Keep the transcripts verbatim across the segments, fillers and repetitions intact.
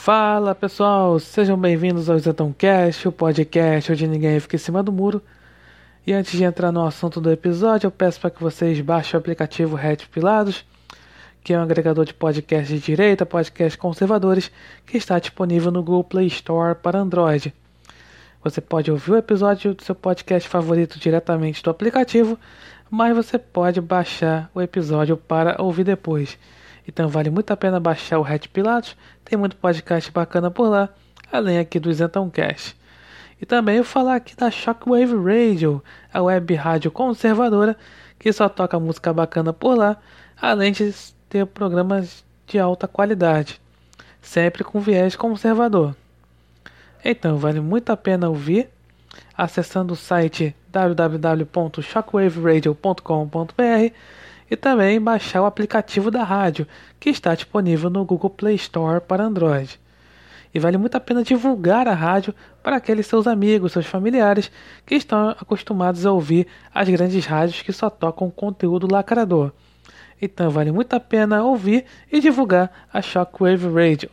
Fala pessoal, sejam bem-vindos ao IsentãoCast, o podcast onde ninguém fica em cima do muro. E antes de entrar no assunto do episódio, eu peço para que vocês baixem o aplicativo Red Pilados, que é um agregador de podcasts de direita, podcasts conservadores, que está disponível no Google Play Store para Android. Você pode ouvir o episódio do seu podcast favorito diretamente do aplicativo, mas você pode baixar o episódio para ouvir depois. Então vale muito a pena baixar o Red Pilatos, tem muito podcast bacana por lá, além aqui do IsentãoCast. E também eu falar aqui da Shockwave Radio, a web rádio conservadora, que só toca música bacana por lá, além de ter programas de alta qualidade, sempre com viés conservador. Então vale muito a pena ouvir, acessando o site w w w ponto shockwave radio ponto com ponto b r e também baixar o aplicativo da rádio, que está disponível no Google Play Store para Android. E vale muito a pena divulgar a rádio para aqueles seus amigos, seus familiares, que estão acostumados a ouvir as grandes rádios que só tocam conteúdo lacrador. Então vale muito a pena ouvir e divulgar a Shockwave Radio.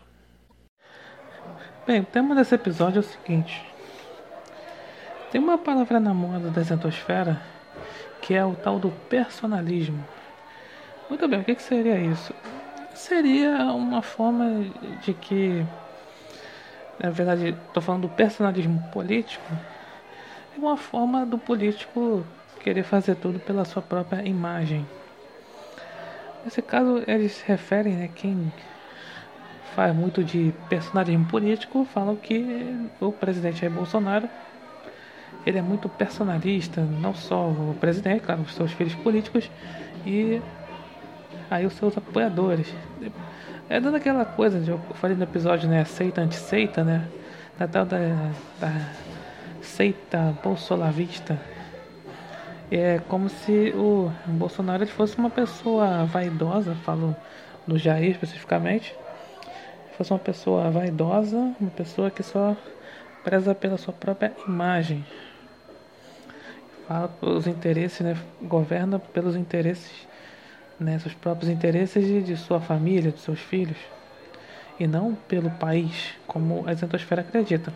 Bem, o tema desse episódio é o seguinte. Tem uma palavra na moda da isentosfera que é o tal do personalismo. Muito bem, o que, que seria isso? Seria uma forma de que, na verdade, estou falando do personalismo político, é uma forma do político querer fazer tudo pela sua própria imagem. Nesse caso, eles se referem, né, quem faz muito de personalismo político, falam que o presidente Jair Bolsonaro, ele é muito personalista, não só o presidente, claro, os seus filhos políticos e aí os seus apoiadores. É dando aquela coisa, eu falei no episódio, né, seita anti-seita, né, da tal da, da seita bolsolavista. É como se o Bolsonaro fosse uma pessoa vaidosa, falo do Jair especificamente, fosse uma pessoa vaidosa, uma pessoa que só preza pela sua própria imagem. Fala pelos interesses, né, governa pelos interesses, né, seus próprios interesses de, de sua família, de seus filhos, e não pelo país, como a isentosfera acredita.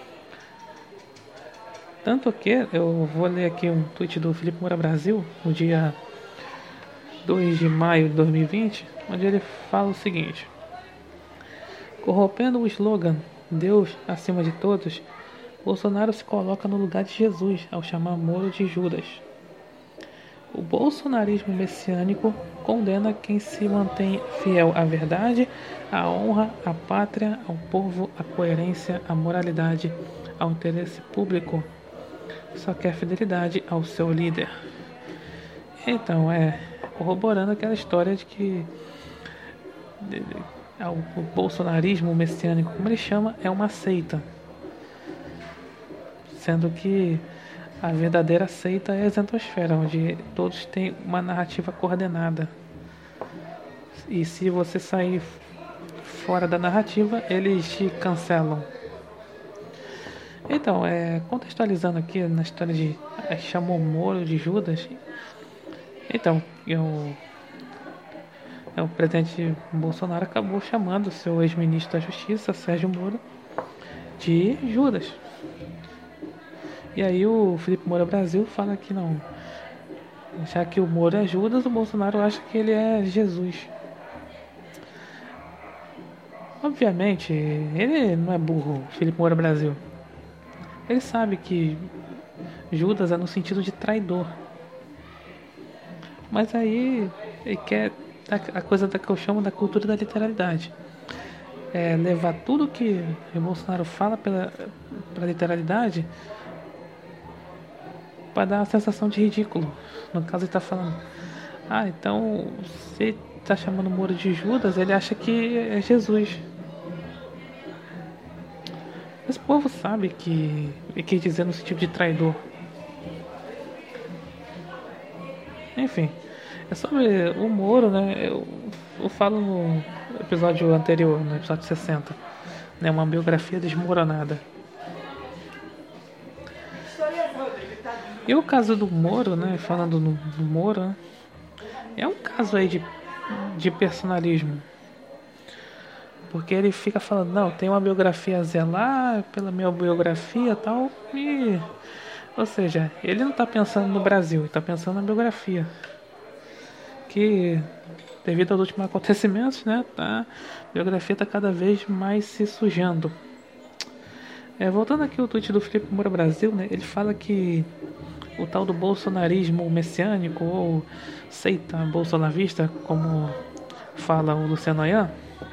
Tanto que, eu vou ler aqui um tweet do Felipe Moura Brasil, no dia dois de maio de dois mil e vinte, onde ele fala o seguinte: corrompendo o slogan Deus acima de todos, Bolsonaro se coloca no lugar de Jesus ao chamar Moro de Judas. O bolsonarismo messiânico condena quem se mantém fiel à verdade, à honra, à pátria, ao povo, à coerência, à moralidade, ao interesse público. Só quer fidelidade ao seu líder. Então, é corroborando aquela história de que de, de, o bolsonarismo messiânico, como ele chama, é uma seita. Sendo que a verdadeira seita é a isentosfera, onde todos têm uma narrativa coordenada. E se você sair fora da narrativa, eles te cancelam. Então, é, contextualizando aqui na história de é, chamou Moro de Judas. Então, eu, é, o presidente Bolsonaro acabou chamando o seu ex-ministro da Justiça, Sérgio Moro, de Judas. E aí o Felipe Moura Brasil fala que não, já que o Moro é Judas, o Bolsonaro acha que ele é Jesus. Obviamente, ele não é burro, Felipe Moura Brasil. Ele sabe que Judas é no sentido de traidor. Mas aí ele quer a coisa que eu chamo da cultura da literalidade. É levar tudo que o Bolsonaro fala pela, pela literalidade, para dar a sensação de ridículo. No caso, ele está falando: ah, então se ele está chamando o Moro de Judas, ele acha que é Jesus. Esse povo sabe que ele quer dizer no sentido de traidor. Enfim, é sobre o Moro, né? Eu, eu falo no episódio anterior, no episódio sessenta, né? Uma biografia desmoronada. E o caso do Moro, né? Falando no, no Moro, né? É um caso aí de, de personalismo. Porque ele fica falando, não, tem uma biografia a zelar pela minha biografia e tal. E, ou seja, ele não está pensando no Brasil, ele está pensando na biografia. Que, devido aos últimos acontecimentos, né, tá, a biografia está cada vez mais se sujando. É, voltando aqui ao tweet do Felipe Moura Brasil, né, ele fala que o tal do bolsonarismo messiânico ou seita bolsonarista, como fala o Luciano Ayan,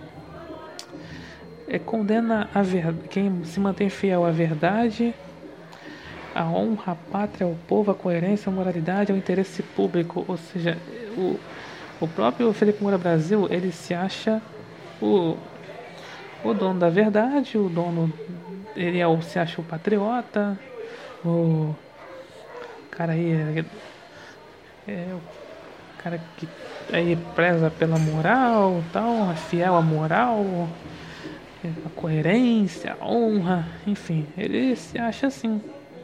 é, condena a ver... quem se mantém fiel à verdade, à honra, à pátria, ao povo, à coerência, à moralidade, ao interesse público. Ou seja, o, o próprio Felipe Moura Brasil, ele se acha o, o dono da verdade, o dono, ele é o, se acha o patriota, o cara aí é, é o cara que aí preza pela moral, tal, é fiel à moral, a coerência, a honra, enfim, ele se acha assim.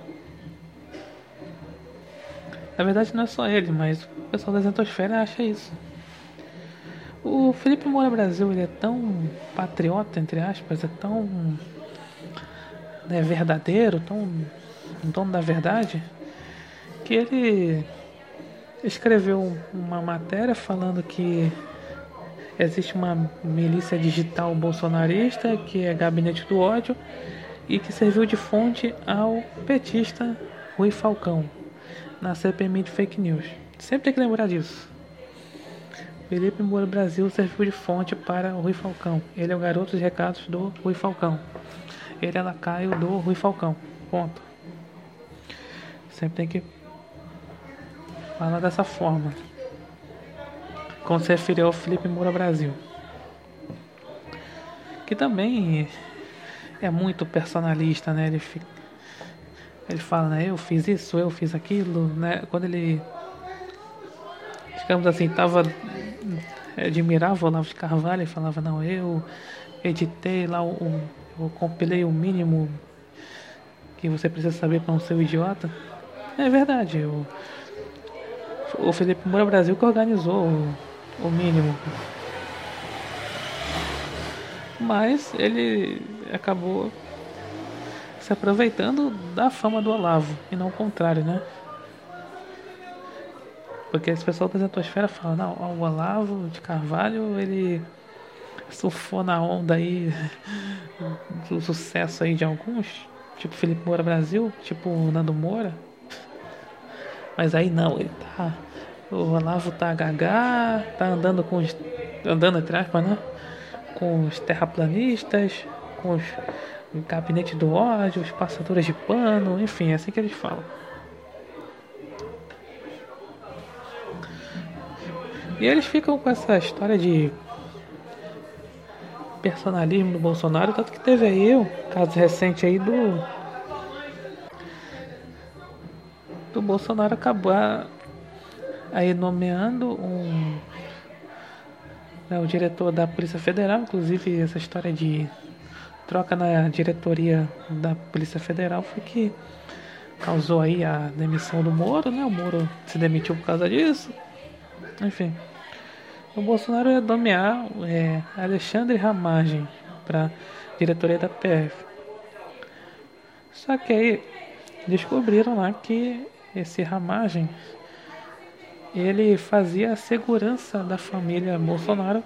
Na verdade não é só ele, mas o pessoal da Zentosfera acha isso. O Felipe Moura Brasil, ele é tão patriota, entre aspas, é tão, né, verdadeiro, tão dono da verdade, que ele escreveu uma matéria falando que existe uma milícia digital bolsonarista, que é Gabinete do Ódio, e que serviu de fonte ao petista Rui Falcão, na C P M I de fake news. Sempre tem que lembrar disso. Felipe Moura Brasil serviu de fonte para o Rui Falcão. Ele é o garoto dos recados do Rui Falcão. Ele é lacaio do Rui Falcão. Ponto. Sempre tem que falar dessa forma. Como se referiu ao Felipe Moura Brasil. Que também é muito personalista, né? Ele, fica, ele fala, né? Eu fiz isso, eu fiz aquilo, né? Quando ele, digamos assim, tava, admirava o Olavo de Carvalho e falava, não, eu editei lá, o, o, eu compilei o mínimo que você precisa saber para não ser um idiota. É verdade, o, o Felipe Moura Brasil que organizou o, o mínimo. Mas ele acabou se aproveitando da fama do Olavo, e não o contrário, né? Porque esse pessoal da Zentosfera fala, não, o Olavo de Carvalho, ele surfou na onda aí do sucesso aí de alguns, tipo Felipe Moura Brasil, tipo Nando Moura. Mas aí não, ele tá, o Olavo tá gagá, tá andando com os, andando entre aspas, né? Com os terraplanistas, com os gabinete do ódio, os passadores de pano, enfim, é assim que eles falam. E eles ficam com essa história de personalismo do Bolsonaro, tanto que teve aí o caso recente aí do do Bolsonaro acabar aí nomeando um, né, o diretor da Polícia Federal. Inclusive essa história de troca na diretoria da Polícia Federal foi que causou aí a demissão do Moro, né? O Moro se demitiu por causa disso. Enfim, o Bolsonaro ia nomear é, Alexandre Ramagem para diretoria da P F. Só que aí descobriram lá que esse Ramagem, ele fazia a segurança da família Bolsonaro,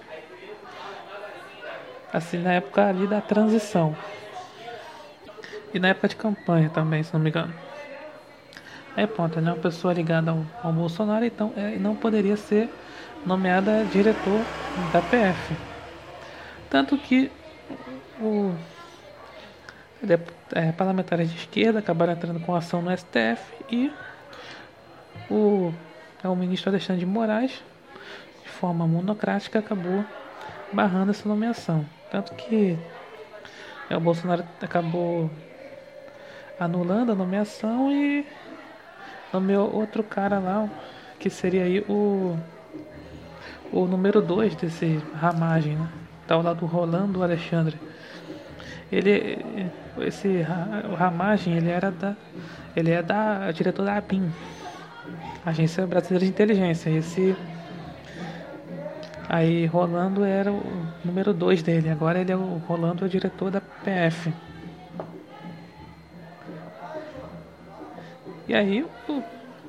assim, na época ali da transição e na época de campanha também, se não me engano. Aí pronto, ele é uma pessoa ligada ao, ao Bolsonaro, então é, não poderia ser nomeada diretor da P F. Tanto que o é, parlamentares de esquerda acabaram entrando com ação no S T F e o, é, o ministro Alexandre de Moraes, de forma monocrática, acabou barrando essa nomeação. Tanto que é, o Bolsonaro acabou anulando a nomeação e nomeou outro cara lá, que seria aí o o número dois desse Ramagem, né? Tá ao lado do Rolando Alexandre. Ele, esse o Ramagem, ele era da, ele é da diretor da ABIN, Agência Brasileira de Inteligência. Esse Aí Rolando era o número dois dele, agora ele é o Rolando é o diretor da P F. E aí, o-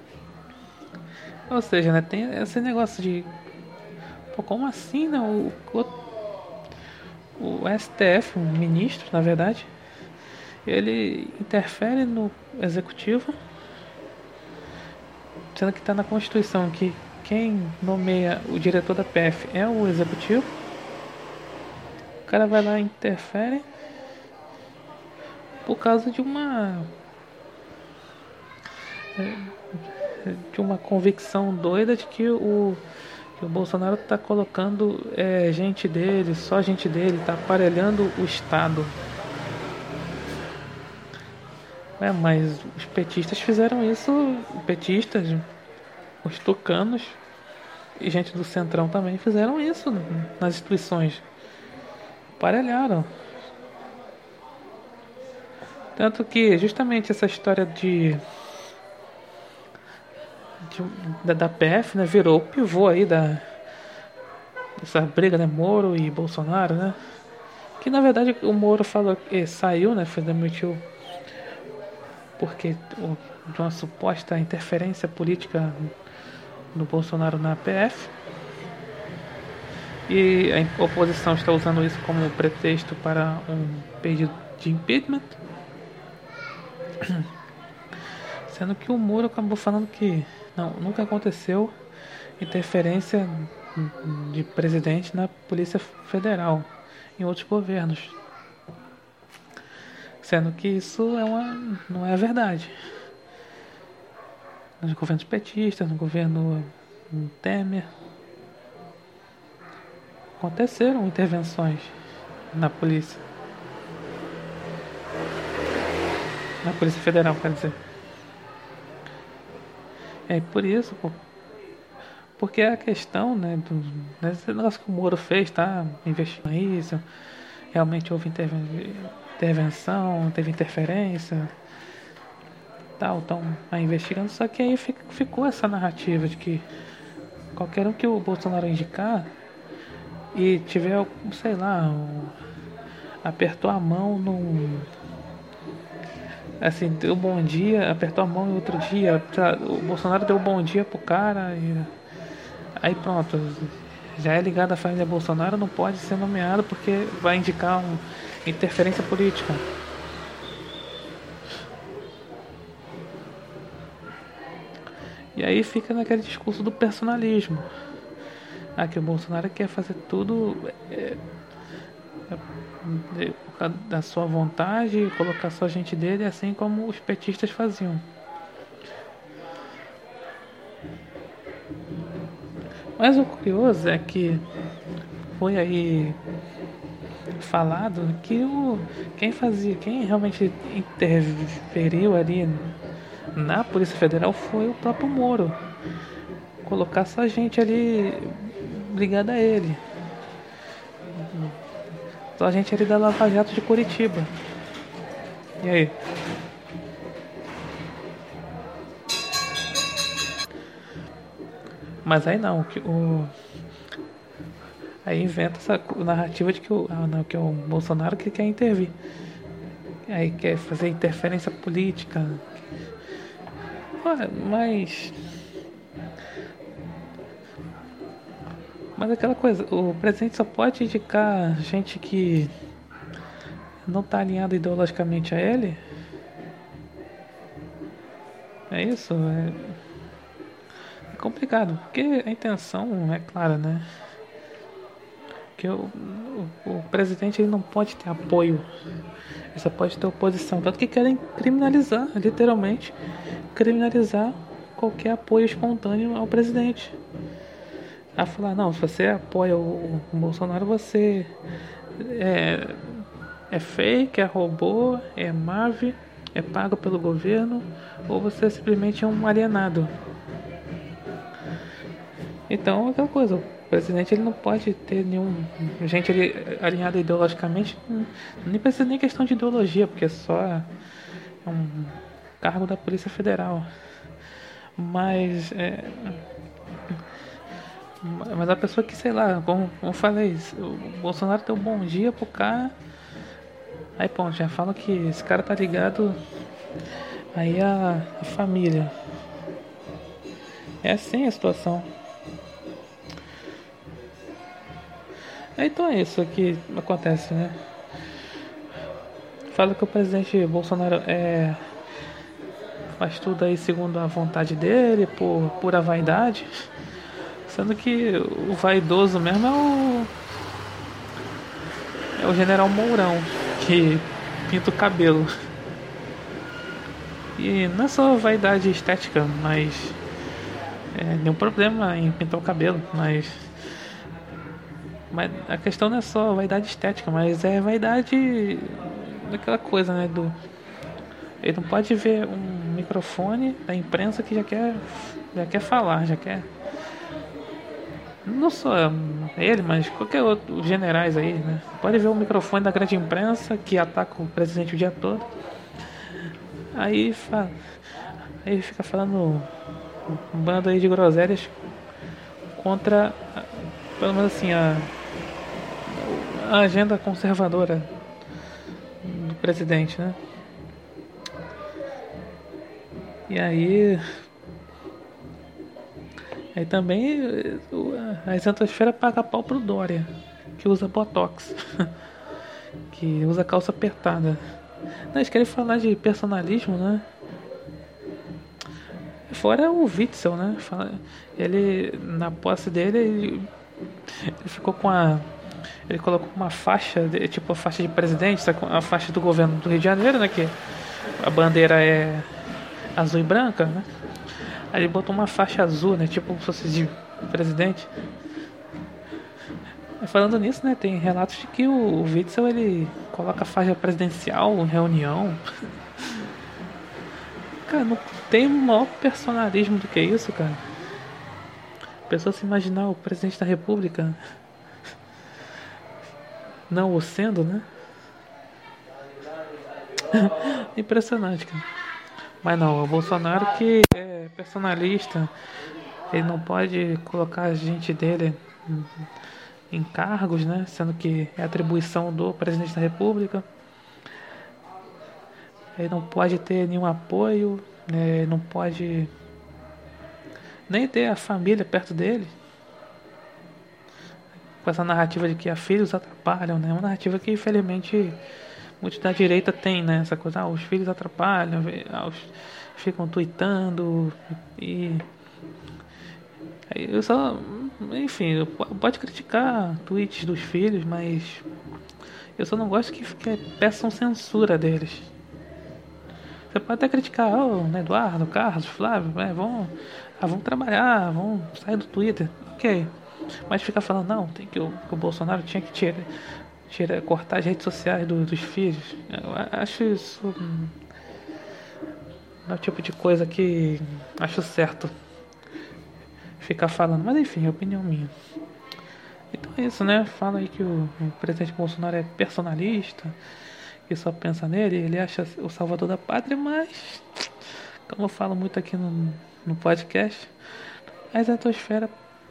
ou seja, né, tem esse negócio de, pô, como assim, né? O, o, o S T F, o ministro, na verdade, ele interfere no executivo, sendo que está na Constituição que quem nomeia o diretor da P F é o executivo. O cara vai lá e interfere por causa de uma de uma convicção doida de que o, que o Bolsonaro está colocando é, gente dele, só gente dele, está aparelhando o Estado. É, mas os petistas fizeram isso, petistas, os tucanos e gente do Centrão também fizeram isso nas instituições. Aparelharam. Tanto que justamente essa história de, de da, da P F, né, virou o pivô aí da essa briga, né, Moro e Bolsonaro, né? Que na verdade o Moro falou que saiu, né, foi demitiu porque o, de uma suposta interferência política do Bolsonaro na P F. E a oposição está usando isso como pretexto para um pedido de impeachment. Sendo que o Moro acabou falando que não, nunca aconteceu interferência de presidente na Polícia Federal em outros governos. Sendo que isso é uma, não é verdade. Nos governos petistas, no governo Temer, aconteceram intervenções na polícia. Na Polícia Federal, quer dizer. É por isso, pô, porque a questão, né, do, desse negócio que o Moro fez, tá? Investigando isso, realmente houve interven- intervenção, teve interferência, tal, estão investigando. Só que aí fic- ficou essa narrativa de que qualquer um que o Bolsonaro indicar e tiver, sei lá, um, apertou a mão num. Assim, deu bom dia, apertou a mão e outro dia, o Bolsonaro deu bom dia pro cara e aí pronto, já é ligado à família Bolsonaro, não pode ser nomeado porque vai indicar uma interferência política. E aí fica naquele discurso do personalismo. Ah, que o Bolsonaro quer fazer tudo é, é, da sua vontade, colocar só gente dele, assim como os petistas faziam. Mas o curioso é que foi aí falado que o quem fazia, quem realmente interferiu ali na Polícia Federal foi o próprio Moro. Colocar só gente ali ligada a ele. Só gente ali da Lava Jato de Curitiba. E aí? Mas aí não, que o aí inventa essa narrativa de que o, ah, não, que é o Bolsonaro que quer intervir. Aí quer fazer interferência política. Mas Mas aquela coisa, o presidente só pode indicar gente que não está alinhada ideologicamente a ele? É isso? É, é complicado, porque a intenção é clara, né? Que o, o, o presidente ele não pode ter apoio, ele só pode ter oposição. Tanto que querem criminalizar, literalmente, criminalizar qualquer apoio espontâneo ao presidente. A falar, não, se você apoia o, o Bolsonaro, você é, é fake, é robô, é mave, é pago pelo governo, ou você simplesmente é um alienado. Então, é aquela coisa, o presidente ele não pode ter nenhum gente ali alinhada ideologicamente, nem precisa nem questão de ideologia, porque é só um cargo da Polícia Federal. Mas é, Mas a pessoa que, sei lá, como, como eu falei, o Bolsonaro deu um bom dia pro cara. Aí, pô, já fala que esse cara tá ligado aí a, a família. É assim a situação. Então é isso que acontece, né? Fala que o presidente Bolsonaro é, faz tudo aí segundo a vontade dele, por pura vaidade. Sendo que o vaidoso mesmo é o. É o general Mourão, que pinta o cabelo. E não é só vaidade estética, mas. É, nenhum problema em pintar o cabelo, mas. Mas a questão não é só vaidade estética, mas é vaidade daquela coisa, né? Do, ele não pode ver um microfone da imprensa que já quer, já quer falar, já quer. Não só ele, mas qualquer outro, os generais aí, né? Pode ver o microfone da grande imprensa que ataca o presidente o dia todo. Aí, fala, aí fica falando um bando aí de groselhas contra, pelo menos assim, a, a agenda conservadora do presidente, né? E aí. Aí também a exantosfera paga pau pro Dória, que usa botox, que usa calça apertada. Não, eles querem falar de personalismo, né? Fora o Witzel, né? Ele, na posse dele, ele, ele ficou com a. Ele colocou uma faixa, tipo a faixa de presidente, a faixa do governo do Rio de Janeiro, né? Que a bandeira é azul e branca, né? Aí ele botou uma faixa azul, né? Tipo se fosse de presidente. Falando nisso, né? Tem relatos de que o, o Witzel, ele coloca faixa presidencial em reunião. Cara, não tem maior personalismo do que isso, cara. A pessoa se imaginar o presidente da república não o sendo, né? Impressionante, cara. Mas não, o Bolsonaro que é personalista, ele não pode colocar a gente dele em cargos, né? Sendo que é atribuição do presidente da república. Ele não pode ter nenhum apoio, né? Ele não pode nem ter a família perto dele. Com essa narrativa de que a filhos atrapalham, né? Uma narrativa que infelizmente muitos da direita tem, né? Essa coisa, ah, os filhos atrapalham, ah, os, ficam tweetando e eu só, enfim, pode criticar tweets dos filhos, mas eu só não gosto que, que peçam censura deles. Você pode até criticar, oh, Eduardo, Carlos, Flávio, é, vão, ah, vão trabalhar, vão sair do Twitter, ok. Mas ficar falando, não, tem que o, o Bolsonaro tinha que tirar, tirar, cortar as redes sociais do, dos filhos. Eu acho isso hum, é o tipo de coisa que acho certo ficar falando, mas enfim, é opinião minha. Então é isso, né? Fala aí que o, o presidente Bolsonaro é personalista, que só pensa nele, ele acha o salvador da pátria, mas como eu falo muito aqui no, no podcast, a exatosfera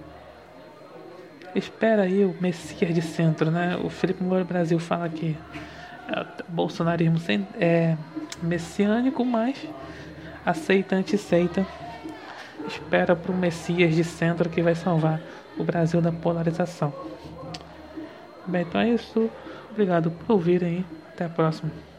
espera aí o Messias de centro, né? O Felipe Moura Brasil fala que é, o bolsonarismo sem, é messiânico, mas aceita, anti-seita. Espera para o Messias de centro que vai salvar o Brasil da polarização. Bem, então é isso. Obrigado por ouvirem. Até a próxima.